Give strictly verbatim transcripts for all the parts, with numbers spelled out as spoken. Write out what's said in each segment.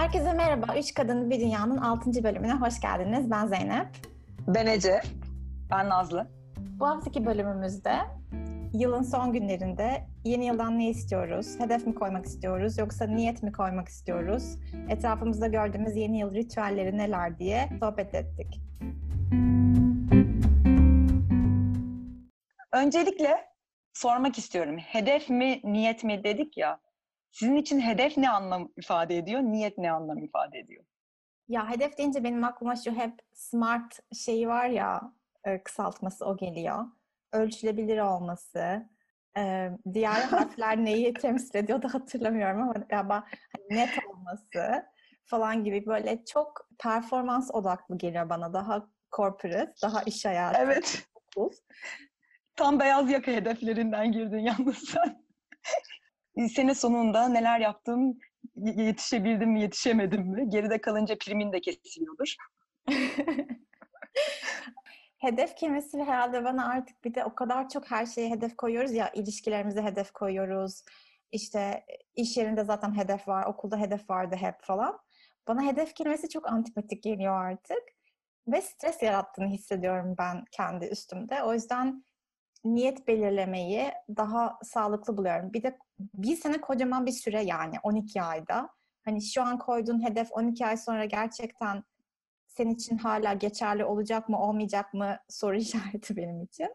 Herkese merhaba. Üç Kadın Bir Dünya'nın altıncı bölümüne hoş geldiniz. Ben Zeynep. Ben Ece. Ben Nazlı. Bu haftaki bölümümüzde yılın son günlerinde yeni yıldan ne istiyoruz? Hedef mi koymak istiyoruz yoksa niyet mi koymak istiyoruz? Etrafımızda gördüğümüz yeni yıl ritüelleri neler diye sohbet ettik. Öncelikle sormak istiyorum. Hedef mi, niyet mi dedik ya. Sizin için hedef ne anlam ifade ediyor, niyet ne anlam ifade ediyor? Ya hedef deyince benim aklıma şu hep SMART şeyi var ya, kısaltması o geliyor. Ölçülebilir olması, diğer harfler neyi temsil ediyor da hatırlamıyorum ama galiba net olması falan gibi böyle çok performans odaklı geliyor bana. Daha corporate, daha iş hayatı. Evet. Tam beyaz yaka hedeflerinden girdin yalnız sen. Sene sonunda neler yaptım, yetişebildim mi, yetişemedim mi? Geride kalınca primin de kesiliyordur. Hedef kelimesi herhalde bana artık bir de o kadar çok her şeye hedef koyuyoruz ya, ilişkilerimize hedef koyuyoruz. İşte iş yerinde zaten hedef var, okulda hedef vardı hep falan. Bana hedef kelimesi çok antipatik geliyor artık. Ve stres yarattığını hissediyorum ben kendi üstümde. O yüzden niyet belirlemeyi daha sağlıklı buluyorum. Bir de bir sene kocaman bir süre, yani on iki ayda. Hani şu an koyduğun hedef on iki ay sonra gerçekten senin için hala geçerli olacak mı, olmayacak mı soru işareti benim için.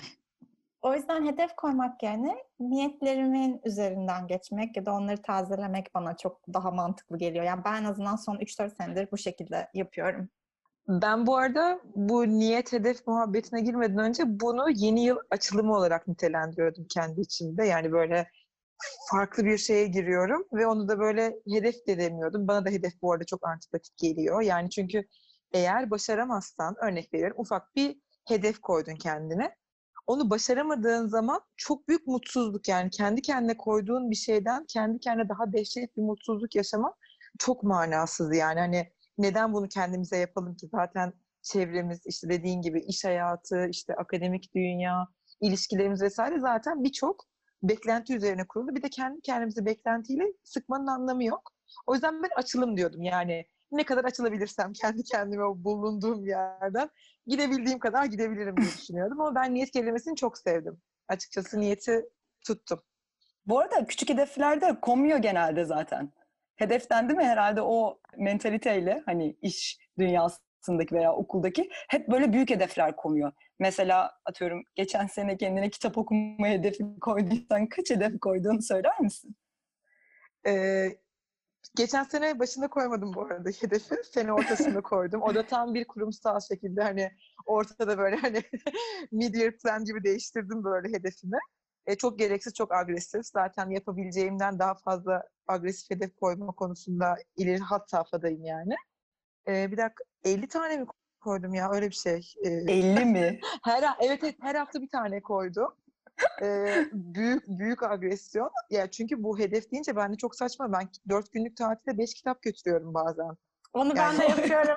O yüzden hedef koymak yerine niyetlerimin üzerinden geçmek ya da onları tazelemek bana çok daha mantıklı geliyor. Yani ben en azından son üç dört senedir bu şekilde yapıyorum. Ben bu arada bu niyet hedef muhabbetine girmeden önce bunu yeni yıl açılımı olarak nitelendiriyordum kendi içimde. Yani böyle farklı bir şeye giriyorum ve onu da böyle hedef de demiyordum. Bana da hedef bu arada çok antipatik geliyor. Yani çünkü eğer başaramazsan, örnek veriyorum, ufak bir hedef koydun kendine. Onu başaramadığın zaman çok büyük mutsuzluk, yani kendi kendine koyduğun bir şeyden kendi kendine daha dehşet bir mutsuzluk yaşamak çok manasız yani. Hani neden bunu kendimize yapalım ki? Zaten çevremiz, işte dediğin gibi iş hayatı, işte akademik dünya, ilişkilerimiz vesaire zaten birçok beklenti üzerine kurulu. Bir de kendi kendimizi beklentiyle sıkmanın anlamı yok. O yüzden ben açılım diyordum. Yani ne kadar açılabilirsem kendi kendime o bulunduğum yerden gidebildiğim kadar gidebilirim diye düşünüyordum. Ama ben niyet kelimesini çok sevdim. Açıkçası niyeti tuttum. Bu arada küçük hedefler de konmuyor genelde zaten. Hedeften değil mi herhalde o mentaliteyle, hani iş dünyasındaki veya okuldaki hep böyle büyük hedefler konuyor. Mesela atıyorum geçen sene kendine kitap okuma hedefi koyduysan kaç hedef koyduğunu söyler misin? Ee, geçen sene başında koymadım bu arada hedefi. Sene ortasında koydum. O da tam bir kurumsal şekilde, hani ortada böyle hani mid-year plan gibi değiştirdim böyle hedefimi. E, çok gereksiz, çok agresif. Zaten yapabileceğimden daha fazla agresif hedef koyma konusunda ileri hat safhadayım yani. E, bir dakika, elli tane mi koydum ya, öyle bir şey. E, elli mi? her evet, evet her hafta bir tane koydum. E, büyük büyük agresyon. Ya çünkü bu hedef deyince ben de çok saçma. Ben dört günlük tatilde beş kitap götürüyorum bazen. Onu ben Yani- de yapıyorum.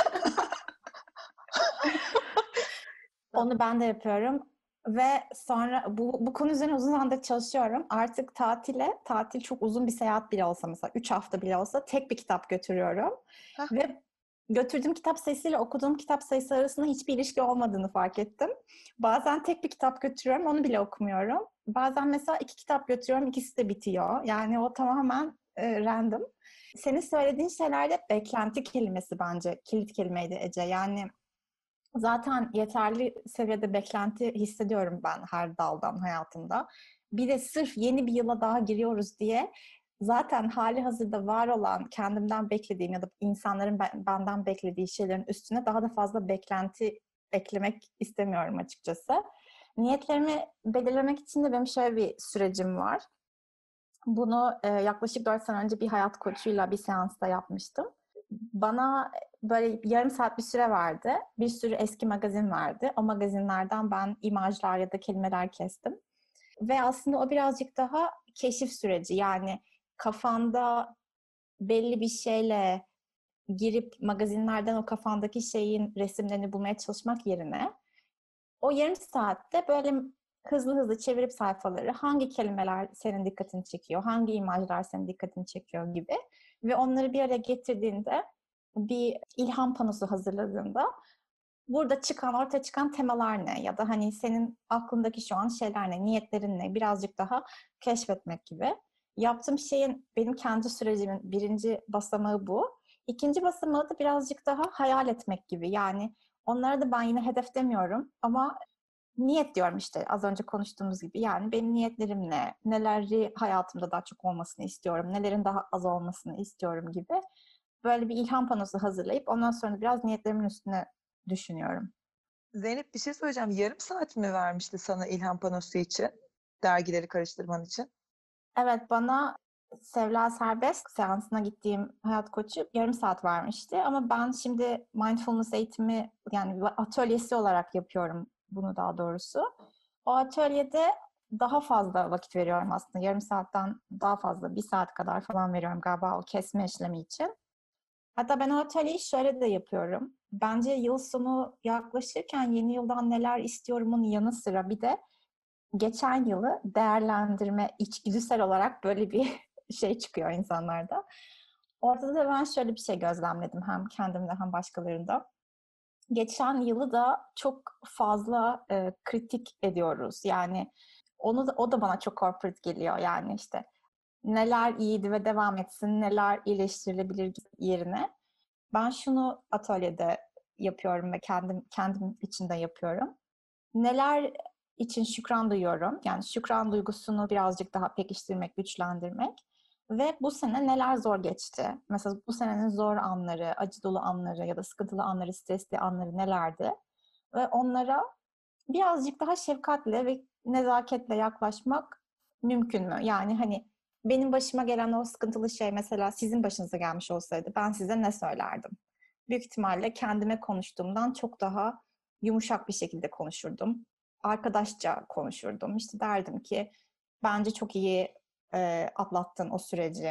Onu ben de yapıyorum. Ve sonra bu, bu konu üzerine uzun zamandır çalışıyorum. Artık tatile, tatil çok uzun bir seyahat bile olsa, mesela üç hafta bile olsa tek bir kitap götürüyorum. Hah. Ve götürdüğüm kitap sayısıyla okuduğum kitap sayısı arasında hiçbir ilişki olmadığını fark ettim. Bazen tek bir kitap götürüyorum, onu bile okumuyorum. Bazen mesela iki kitap götürüyorum, ikisi de bitiyor. Yani o tamamen e, random. Senin söylediğin şeylerde beklenti kelimesi bence kilit kelimeydi Ece. Yani zaten yeterli seviyede beklenti hissediyorum ben her daldan hayatımda. Bir de sırf yeni bir yıla daha giriyoruz diye zaten hali hazırda var olan kendimden beklediğim ya da insanların benden beklediği şeylerin üstüne daha da fazla beklenti eklemek istemiyorum açıkçası. Niyetlerimi belirlemek için de benim şöyle bir sürecim var. Bunu e, yaklaşık dört sene önce bir hayat koçuyla bir seansta yapmıştım. Bana böyle yarım saat bir süre verdi. Bir sürü eski magazin verdi. O magazinlerden ben imajlar ya da kelimeler kestim. Ve aslında o birazcık daha keşif süreci. Yani kafanda belli bir şeyle girip magazinlerden o kafandaki şeyin resimlerini bulmaya çalışmak yerine o yarım saatte böyle hızlı hızlı çevirip sayfaları hangi kelimeler senin dikkatini çekiyor, hangi imajlar senin dikkatini çekiyor gibi ve onları bir araya getirdiğinde bir ilham panosu hazırladığında burada çıkan, ortaya çıkan temalar ne? Ya da hani senin aklındaki şu an şeyler ne? Niyetlerin ne? Birazcık daha keşfetmek gibi. Yaptığım şeyin benim kendi sürecimin birinci basamağı bu. İkinci basamağı da birazcık daha hayal etmek gibi. Yani onlara da ben yine hedef demiyorum ama niyet diyorum işte az önce konuştuğumuz gibi. Yani benim niyetlerim ne? Neleri hayatımda daha çok olmasını istiyorum? Nelerin daha az olmasını istiyorum gibi. Böyle bir ilham panosu hazırlayıp ondan sonra biraz niyetlerimin üstüne düşünüyorum. Zeynep bir şey söyleyeceğim. Yarım saat mi vermişti sana ilham panosu için? Dergileri karıştırman için. Evet, bana Sevla Serbest seansına gittiğim hayat koçu yarım saat vermişti. Ama ben şimdi mindfulness eğitimi yani atölyesi olarak yapıyorum bunu daha doğrusu. O atölyede daha fazla vakit veriyorum aslında. Yarım saatten daha fazla, bir saat kadar falan veriyorum galiba o kesme işlemi için. Hatta ben o atölyeyi şöyle de yapıyorum. Bence yıl sonu yaklaşırken yeni yıldan neler istiyorumun yanı sıra bir de geçen yılı değerlendirme içgüdüsel olarak böyle bir şey çıkıyor insanlarda. Orada da ben şöyle bir şey gözlemledim hem kendimde hem başkalarında. Geçen yılı da çok fazla e, kritik ediyoruz. Yani onu da, o da bana çok corporate geliyor. Yani işte neler iyiydi ve devam etsin, neler iyileştirilebilir yerine. Ben şunu atölyede yapıyorum ve kendim kendim için de yapıyorum. Neler için şükran duyuyorum? Yani şükran duygusunu birazcık daha pekiştirmek, güçlendirmek. Ve bu sene neler zor geçti? Mesela bu senenin zor anları, acı dolu anları ya da sıkıntılı anları, stresli anları nelerdi? Ve onlara birazcık daha şefkatle ve nezaketle yaklaşmak mümkün mü? Yani hani benim başıma gelen o sıkıntılı şey mesela sizin başınıza gelmiş olsaydı ben size ne söylerdim? Büyük ihtimalle kendime konuştuğumdan çok daha yumuşak bir şekilde konuşurdum. Arkadaşça konuşurdum. İşte derdim ki bence çok iyi e, atlattın o süreci.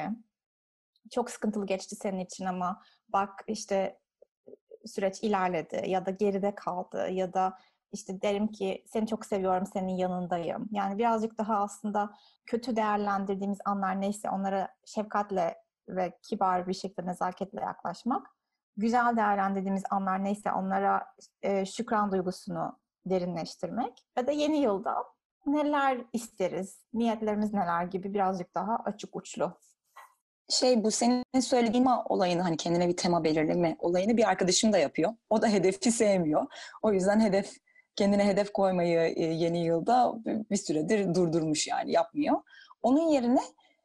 Çok sıkıntılı geçti senin için ama bak işte süreç ilerledi ya da geride kaldı ya da işte derim ki seni çok seviyorum, senin yanındayım. Yani birazcık daha aslında kötü değerlendirdiğimiz anlar neyse onlara şefkatle ve kibar bir şekilde nezaketle yaklaşmak. Güzel değerlendirdiğimiz anlar neyse onlara e, şükran duygusunu derinleştirmek ve de yeni yılda neler isteriz, niyetlerimiz neler gibi birazcık daha açık uçlu. Şey bu senin söylediğin olayını hani kendine bir tema belirleme olayını bir arkadaşım da yapıyor. O da hedefi sevmiyor. O yüzden hedef kendine hedef koymayı e, yeni yılda bir süredir durdurmuş yani yapmıyor. Onun yerine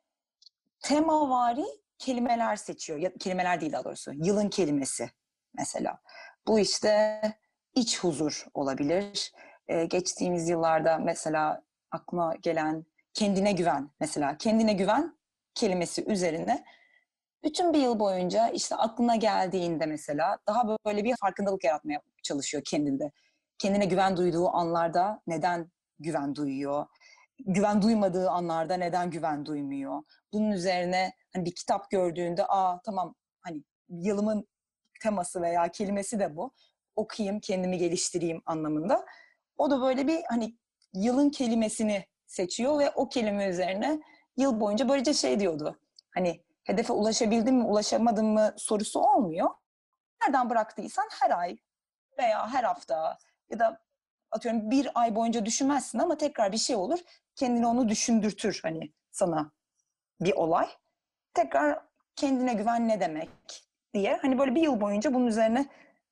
temavari kelimeler seçiyor. Ya, kelimeler değil daha doğrusu. Yılın kelimesi mesela. Bu işte iç huzur olabilir. Ee, geçtiğimiz yıllarda mesela aklıma gelen kendine güven mesela. Kendine güven kelimesi üzerine bütün bir yıl boyunca işte aklına geldiğinde mesela daha böyle bir farkındalık yaratmaya çalışıyor kendinde. Kendine güven duyduğu anlarda neden güven duyuyor? Güven duymadığı anlarda neden güven duymuyor? Bunun üzerine hani bir kitap gördüğünde aa tamam hani yılımın teması veya kelimesi de bu. Okuyayım, kendimi geliştireyim anlamında. O da böyle bir hani yılın kelimesini seçiyor ve o kelime üzerine yıl boyunca böylece şey diyordu. Hani hedefe ulaşabildim mi, ulaşamadım mı sorusu olmuyor. Nereden bıraktıysan her ay veya her hafta ya da atıyorum bir ay boyunca düşünmezsin ama tekrar bir şey olur. Kendini onu düşündürtür hani sana bir olay. Tekrar kendine güven ne demek diye hani böyle bir yıl boyunca bunun üzerine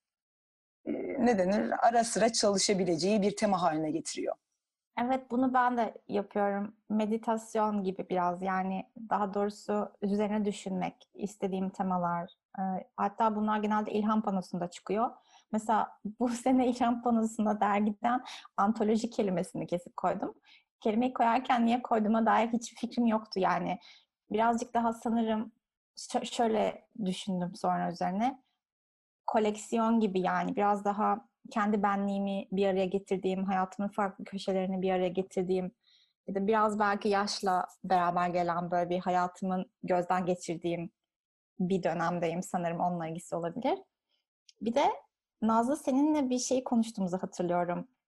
ne denir ara sıra çalışabileceği bir tema haline getiriyor. Evet, bunu ben de yapıyorum. Meditasyon gibi biraz yani daha doğrusu üzerine düşünmek, istediğim temalar. E, hatta bunlar genelde ilham panosunda çıkıyor. Mesela bu sene ilham panosunda dergiden antoloji kelimesini kesip koydum. Kelimeyi koyarken niye koyduğuma dair hiçbir fikrim yoktu yani. Birazcık daha sanırım ş- şöyle düşündüm sonra üzerine. Koleksiyon gibi yani biraz daha kendi benliğimi bir araya getirdiğim, hayatımın farklı köşelerini bir araya getirdiğim ya da biraz belki yaşla beraber gelen böyle bir hayatımın gözden geçirdiğim bir dönemdeyim sanırım onunla ilgisi olabilir. Bir de Nazlı seninle bir şey konuştuğumuzu hatırlıyorum.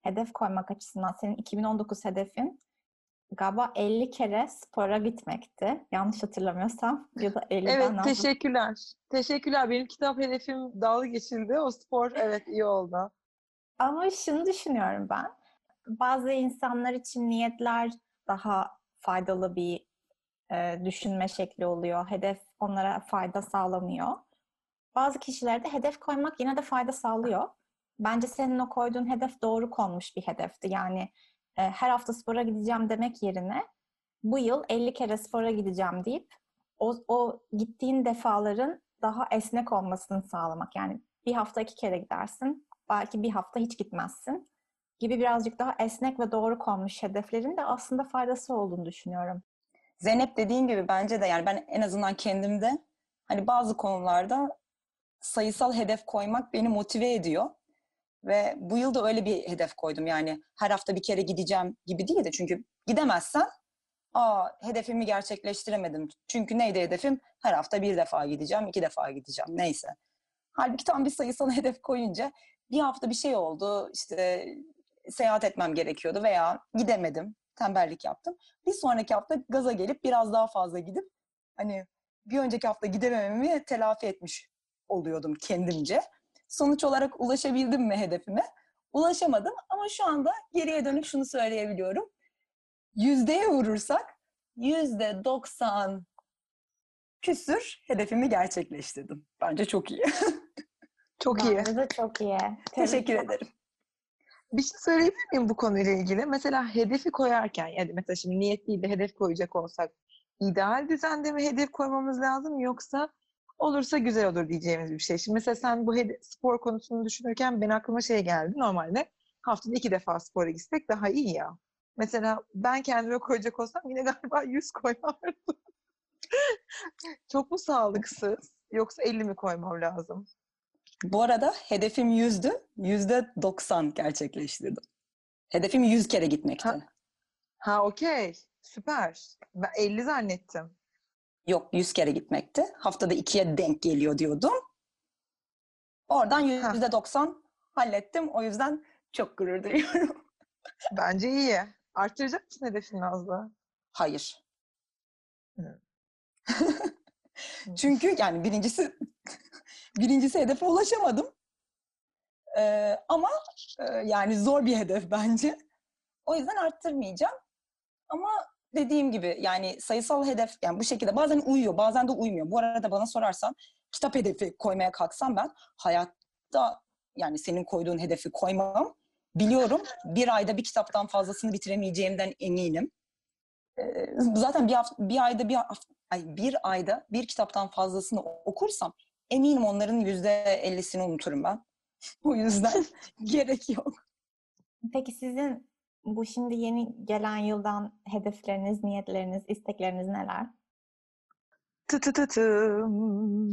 hedef koymak açısından senin iki bin on dokuz hedefin galiba elli kere spora gitmekti. Yanlış hatırlamıyorsam. Ya da elliden Evet, teşekkürler. Teşekkürler. Benim kitap hedefim dalga geçildi. O spor evet iyi oldu. Ama şunu düşünüyorum ben. Bazı insanlar için niyetler daha faydalı bir e, düşünme şekli oluyor. Hedef onlara fayda sağlamıyor. Bazı kişilerde hedef koymak yine de fayda sağlıyor. Bence senin o koyduğun hedef doğru konmuş bir hedefti. Yani e, her hafta spora gideceğim demek yerine bu yıl elli kere spora gideceğim deyip o, o gittiğin defaların daha esnek olmasını sağlamak. Yani bir hafta iki kere gidersin, belki bir hafta hiç gitmezsin gibi birazcık daha esnek ve doğru konmuş hedeflerin de aslında faydası olduğunu düşünüyorum. Zeynep dediğin gibi bence de yani ben en azından kendimde hani bazı konularda sayısal hedef koymak beni motive ediyor. Ve bu yıl da öyle bir hedef koydum. Yani her hafta bir kere gideceğim gibi değil de çünkü gidemezsen aa hedefimi gerçekleştiremedim. Çünkü neydi hedefim? Her hafta bir defa gideceğim, iki defa gideceğim. Neyse. Halbuki tam bir sayısal hedef koyunca bir hafta bir şey oldu. İşte seyahat etmem gerekiyordu veya gidemedim. Tembellik yaptım. Bir sonraki hafta gaza gelip biraz daha fazla gidip hani bir önceki hafta gidemememi telafi etmiş oluyordum kendimce. Sonuç olarak ulaşabildim mi hedefime? Ulaşamadım ama şu anda geriye dönük şunu söyleyebiliyorum. Yüzdeye vurursak yüzde doksan küsür hedefimi gerçekleştirdim. Bence çok iyi. Çok iyi. Bence de çok iyi. Teşekkür ederim. Bir şey söyleyebilir miyim bu konuyla ilgili? Mesela hedefi koyarken, yani mesela şimdi niyet değil de hedef koyacak olsak, ideal düzende mi hedef koymamız lazım yoksa olursa güzel olur diyeceğimiz bir şey. Şimdi mesela sen bu hedef, spor konusunu düşünürken benim aklıma şey geldi. Normalde haftada iki defa spora gitsek daha iyi ya. Mesela ben kendime koyacak olsam yine galiba yüz koyardım. Çok mu sağlıksız? Yoksa elli mi koymam lazım? Bu arada hedefim yüzdü. Yüzde doksan gerçekleştirdim. Hedefim yüz kere gitmekti. Ha, ha okey. Süper. Ben elli zannettim. Yok yüz kere gitmekti. Haftada ikiye denk geliyor diyordum. Oradan Ha, yüzde doksan hallettim. O yüzden çok gurur duyuyorum. bence iyi. Artıracak mısın hedefini Nazlı? Hayır. Hı. Çünkü yani birincisi birincisi hedefe ulaşamadım. Ee, ama e, yani zor bir hedef bence. O yüzden arttırmayacağım. Ama dediğim gibi yani sayısal hedef yani bu şekilde bazen uyuyor, bazen de uymuyor. Bu arada bana sorarsan kitap hedefi koymaya kalksam ben hayatta yani senin koyduğun hedefi koymam. Biliyorum bir ayda bir kitaptan fazlasını bitiremeyeceğimden eminim. Ee, zaten bir hafta, bir ayda bir hafta, ay bir ayda bir kitaptan fazlasını okursam eminim onların yüzde ellisini unuturum ben. O yüzden gerek yok. Peki sizin bu şimdi yeni gelen yıldan hedefleriniz, niyetleriniz, istekleriniz neler? Tı tı tı tım.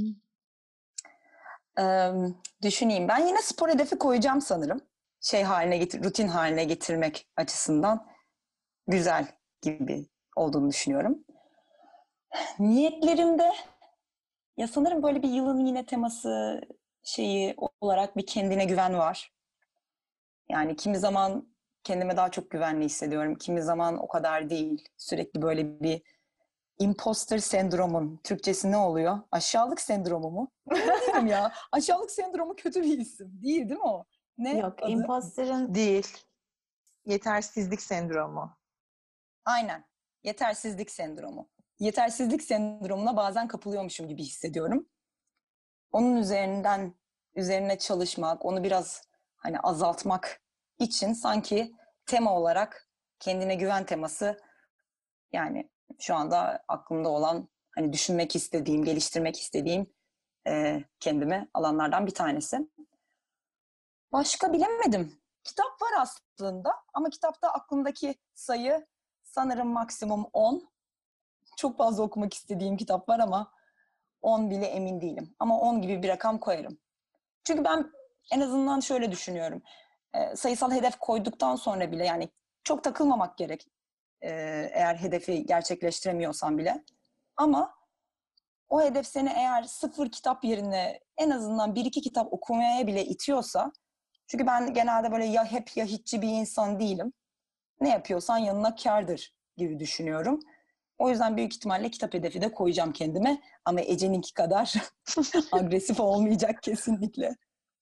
Ee, düşüneyim. Ben yine spor hedefi koyacağım sanırım. Şey haline getir, rutin haline getirmek açısından güzel gibi olduğunu düşünüyorum. Niyetlerimde ya sanırım böyle bir yılın yine teması şeyi olarak bir kendine güven var. Yani kimi zaman kendime daha çok güvenli hissediyorum. Kimi zaman o kadar değil. Sürekli böyle bir imposter sendromun Türkçesi ne oluyor? Aşağılık sendromu mu? Bilmiyorum ya. Aşağılık sendromu kötü bir isim. Değil değil mi o? Ne Yok, adı? imposter'ın Değil. Yetersizlik sendromu. Aynen. Yetersizlik sendromu. Yetersizlik sendromuna bazen kapılıyormuşum gibi hissediyorum. Onun üzerinden üzerine çalışmak, onu biraz hani azaltmak için sanki tema olarak kendine güven teması yani şu anda aklımda olan hani düşünmek istediğim, geliştirmek istediğim e, kendime alanlardan bir tanesi. Başka bilemedim. Kitap var aslında ama kitapta aklımdaki sayı sanırım maksimum on. Çok fazla okumak istediğim kitap var ama on bile emin değilim. Ama on gibi bir rakam koyarım. Çünkü ben en azından şöyle düşünüyorum. E, sayısal hedef koyduktan sonra bile yani çok takılmamak gerek. E, eğer hedefi gerçekleştiremiyorsan bile. Ama o hedef seni eğer sıfır kitap yerine en azından bir iki kitap okumaya bile itiyorsa Çünkü ben genelde böyle ya hep ya hiççi bir insan değilim. Ne yapıyorsan yanına kârdır gibi düşünüyorum. O yüzden büyük ihtimalle kitap hedefi de koyacağım kendime. Ama Ece'ninki kadar agresif olmayacak kesinlikle.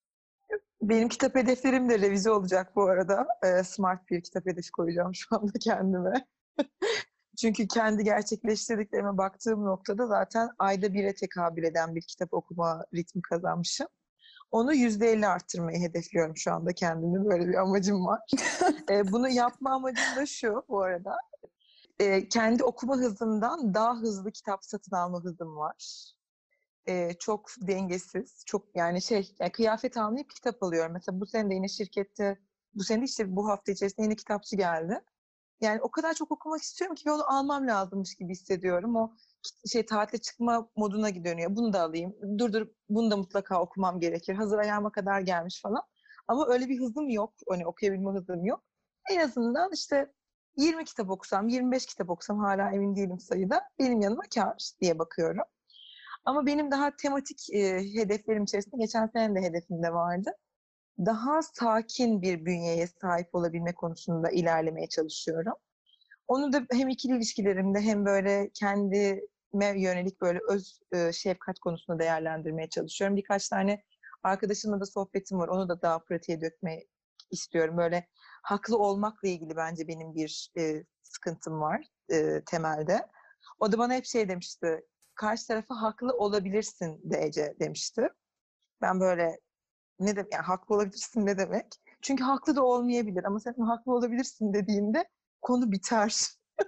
Benim kitap hedeflerim de revize olacak bu arada. Ee, smart bir kitap hedefi koyacağım şu anda kendime. Çünkü kendi gerçekleştirdiklerime baktığım noktada zaten ayda bire tekabül eden bir kitap okuma ritmi kazanmışım. Onu yüzde elli arttırmayı hedefliyorum şu anda kendimi. Böyle bir amacım var. Ee, bunu yapma amacım da şu bu arada. Ee, kendi okuma hızımdan daha hızlı kitap satın alma hızım var. Ee, çok dengesiz. Çok yani şey, yani kıyafet almayıp kitap alıyorum. Mesela bu sene de yine şirkette, bu sene de işte bu hafta içerisinde yine kitapçı geldi. Yani o kadar çok okumak istiyorum ki onu almam lazımmış gibi hissediyorum. O şey tatile çıkma moduna dönüyor. Bunu da alayım. Dur dur bunu da mutlaka okumam gerekir. Hazır ayağıma kadar gelmiş falan. Ama öyle bir hızım yok. Hani okuyabilme hızım yok. En azından işte yirmi kitap okusam, yirmi beş kitap okusam hala emin değilim sayıda. Benim yanıma kâr diye bakıyorum. Ama benim daha tematik e, hedeflerim içerisinde geçen sene de hedefimde vardı. Daha sakin bir bünyeye sahip olabilme konusunda ilerlemeye çalışıyorum. Onu da hem ikili ilişkilerimde hem böyle kendime yönelik böyle öz e, şefkat konusunda değerlendirmeye çalışıyorum. Birkaç tane arkadaşımla da sohbetim var. Onu da daha pratiğe dökmeyi istiyorum. Böyle haklı olmakla ilgili bence benim bir e, sıkıntım var e, temelde. O da bana hep şey demişti. Karşı tarafa haklı olabilirsin de Ece demişti. Ben böyle ne demek, yani haklı olabilirsin ne demek? Çünkü haklı da olmayabilir ama sen haklı olabilirsin dediğinde konu biter.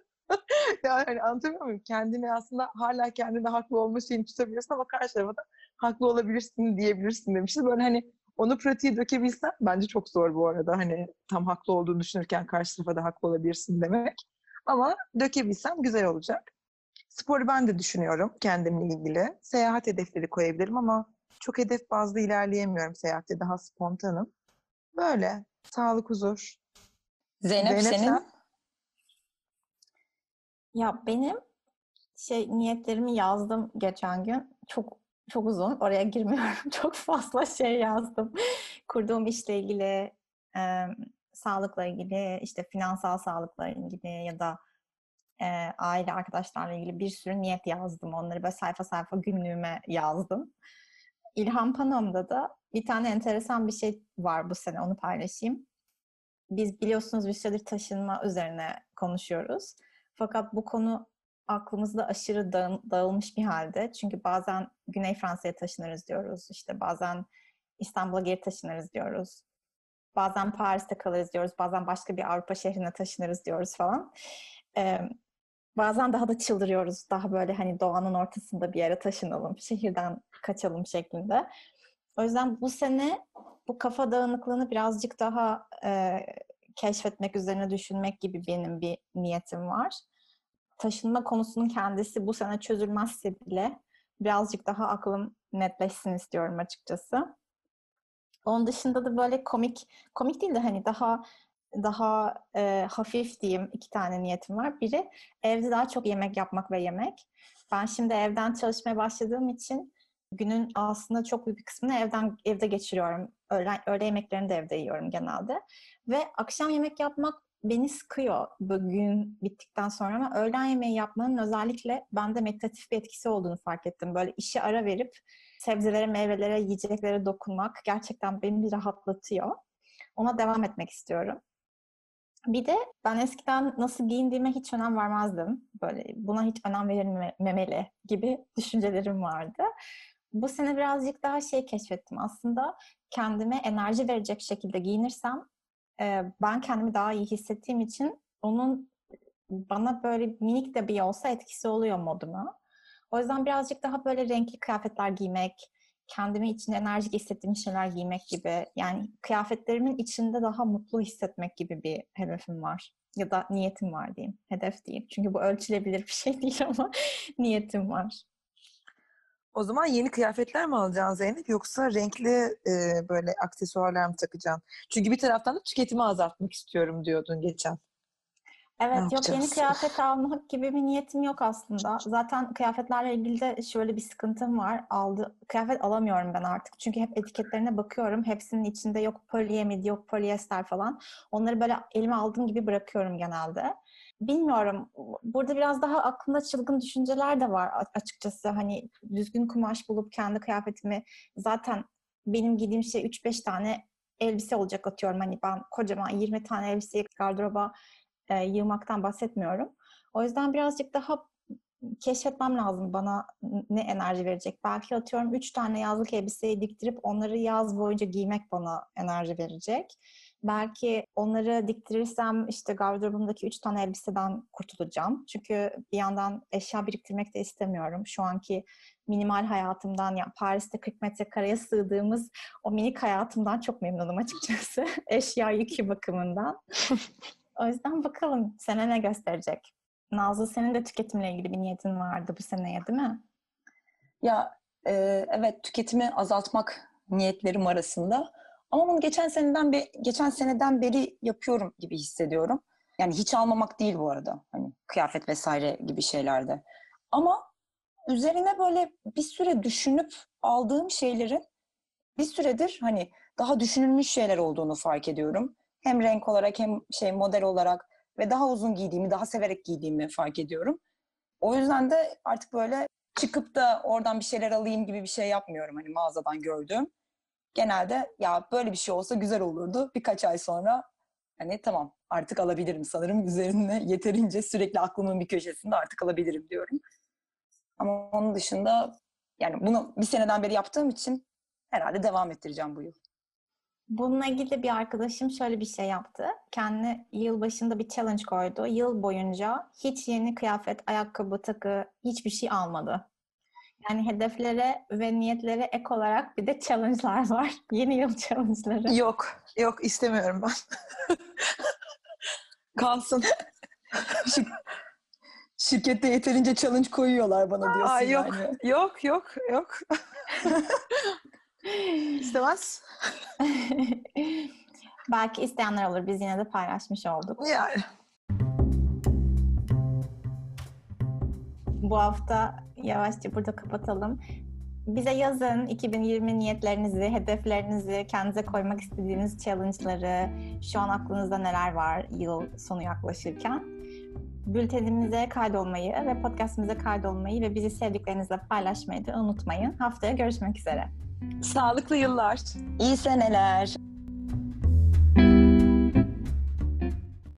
Yani hani anlatabiliyor muyum? Kendini aslında hala kendine haklı olma şeyini tutabilirsin ama karşı tarafa da haklı olabilirsin diyebilirsin demişti. Böyle hani onu pratiğe dökebilsem bence çok zor bu arada. Hani tam haklı olduğunu düşünürken karşı tarafa da haklı olabilirsin demek. Ama dökebilsem güzel olacak. Sporu ben de düşünüyorum kendimle ilgili. Seyahat hedefleri koyabilirim ama çok hedef bazlı ilerleyemiyorum seyahatte. Daha spontanım. Böyle. Sağlık, huzur. Zeynep, Zeynep senin? sen? Ya benim şey niyetlerimi yazdım geçen gün. Çok çok uzun. Oraya girmiyorum. Çok fazla şey yazdım. Kurduğum işle ilgili, e, sağlıkla ilgili, işte finansal sağlıkla ilgili ya da e, aile arkadaşlarla ilgili bir sürü niyet yazdım. Onları böyle sayfa sayfa günlüğüme yazdım. İlham Panom'da da bir tane enteresan bir şey var bu sene. Onu paylaşayım. Biz biliyorsunuz bir süredir taşınma üzerine konuşuyoruz. Fakat bu konu aklımızda aşırı dağılmış bir halde. Çünkü bazen Güney Fransa'ya taşınırız diyoruz. İşte bazen İstanbul'a geri taşınırız diyoruz. Bazen Paris'te kalırız diyoruz. Bazen başka bir Avrupa şehrine taşınırız diyoruz falan. Ee, bazen daha da çıldırıyoruz. Daha böyle hani doğanın ortasında bir yere taşınalım, şehirden kaçalım şeklinde. O yüzden bu sene bu kafa dağınıklığını birazcık daha e, keşfetmek, üzerine düşünmek gibi benim bir niyetim var. Taşınma konusunun kendisi bu sene çözülmezse bile birazcık daha aklım netleşsin istiyorum açıkçası. Onun dışında da böyle komik, komik değil de hani daha daha e, hafif diyeyim iki tane niyetim var. Biri evde daha çok yemek yapmak ve yemek. Ben şimdi evden çalışmaya başladığım için günün aslında çok büyük bir kısmını evden evde geçiriyorum. Öğle, öğle yemeklerini de evde yiyorum genelde. Ve akşam yemek yapmak beni sıkıyor bugün bittikten sonra ama öğlen yemeği yapmanın özellikle bende meditatif bir etkisi olduğunu fark ettim. Böyle işe ara verip sebzelere, meyvelere, yiyeceklere dokunmak gerçekten beni bir rahatlatıyor. Ona devam etmek istiyorum. Bir de ben eskiden nasıl giyindiğime hiç önem vermezdim. Böyle buna hiç önem verilmemeli gibi düşüncelerim vardı. Bu sene birazcık daha şey keşfettim. Aslında kendime enerji verecek şekilde giyinirsem ben kendimi daha iyi hissettiğim için onun bana böyle minik de bir olsa etkisi oluyor moduma. O yüzden birazcık daha böyle renkli kıyafetler giymek, kendimi içinde enerjik hissettiğim şeyler giymek gibi, yani kıyafetlerimin içinde daha mutlu hissetmek gibi bir hedefim var. Ya da niyetim var diyeyim. Hedef değil. Çünkü bu ölçülebilir bir şey değil ama niyetim var. O zaman yeni kıyafetler mi alacaksın Zeynep yoksa renkli e, böyle aksesuarlar mı takacaksın? Çünkü bir taraftan da tüketimi azaltmak istiyorum diyordun geçen. Evet, yok yeni kıyafet almak gibi bir niyetim yok aslında. Zaten kıyafetlerle ilgili de şöyle bir sıkıntım var. Aldı, kıyafet alamıyorum ben artık. Çünkü hep etiketlerine bakıyorum. Hepsinin içinde yok poliamid, yok polyester falan. Onları böyle elime aldığım gibi bırakıyorum genelde. Bilmiyorum. Burada biraz daha aklımda çılgın düşünceler de var açıkçası. Hani düzgün kumaş bulup kendi kıyafetimi, zaten benim giydiğim şey üç beş tane elbise olacak atıyorum. Hani ben kocaman yirmi tane elbiseyi gardıroba e, yığmaktan bahsetmiyorum. O yüzden birazcık daha keşfetmem lazım bana ne enerji verecek. Belki atıyorum üç tane yazlık elbiseyi diktirip onları yaz boyunca giymek bana enerji verecek. Belki onları diktirirsem işte gardırobumdaki üç tane elbiseden kurtulacağım. Çünkü bir yandan eşya biriktirmek de istemiyorum. Şu anki minimal hayatımdan, yani Paris'te kırk metrekareye sığdığımız o minik hayatımdan çok memnunum açıkçası. Eşya yükü bakımından. O yüzden bakalım sene ne gösterecek. Nazlı, senin de tüketimle ilgili bir niyetin vardı bu seneye, değil mi? Ya e, evet, tüketimi azaltmak niyetlerim arasında. Ama bunu geçen seneden be, geçen seneden beri yapıyorum gibi hissediyorum. Yani hiç almamak değil bu arada. Hani kıyafet vesaire gibi şeylerde. Ama üzerine böyle bir süre düşünüp aldığım şeylerin bir süredir hani daha düşünülmüş şeyler olduğunu fark ediyorum. Hem renk olarak hem şey model olarak ve daha uzun giydiğimi, daha severek giydiğimi fark ediyorum. O yüzden de artık böyle çıkıp da oradan bir şeyler alayım gibi bir şey yapmıyorum hani mağazadan gördüğüm. Genelde ya böyle bir şey olsa güzel olurdu. Birkaç ay sonra hani tamam artık alabilirim sanırım. Üzerine yeterince sürekli aklımın bir köşesinde artık alabilirim diyorum. Ama onun dışında yani bunu bir seneden beri yaptığım için herhalde devam ettireceğim bu yıl. Bununla ilgili bir arkadaşım şöyle bir şey yaptı. Kendi yıl başında bir challenge koydu. Yıl boyunca hiç yeni kıyafet, ayakkabı, takı hiçbir şey almadı. Yani hedeflere ve niyetlere ek olarak bir de challenge'lar var. Yeni yıl challenge'ları. Yok, yok istemiyorum ben. Kalsın. Şirkette yeterince challenge koyuyorlar bana diyorsun. Aa, yok, yani. yok, yok, yok. İstemez. Belki isteyenler olur. Biz yine de paylaşmış olduk. Yani. Bu hafta yavaşça burada kapatalım. Bize yazın iki bin yirmi niyetlerinizi, hedeflerinizi, kendinize koymak istediğiniz challenge'ları, şu an aklınızda neler var yıl sonu yaklaşırken. Bültenimize kaydolmayı ve podcastimize kaydolmayı ve bizi sevdiklerinizle paylaşmayı da unutmayın. Haftaya görüşmek üzere. Sağlıklı yıllar. İyi seneler.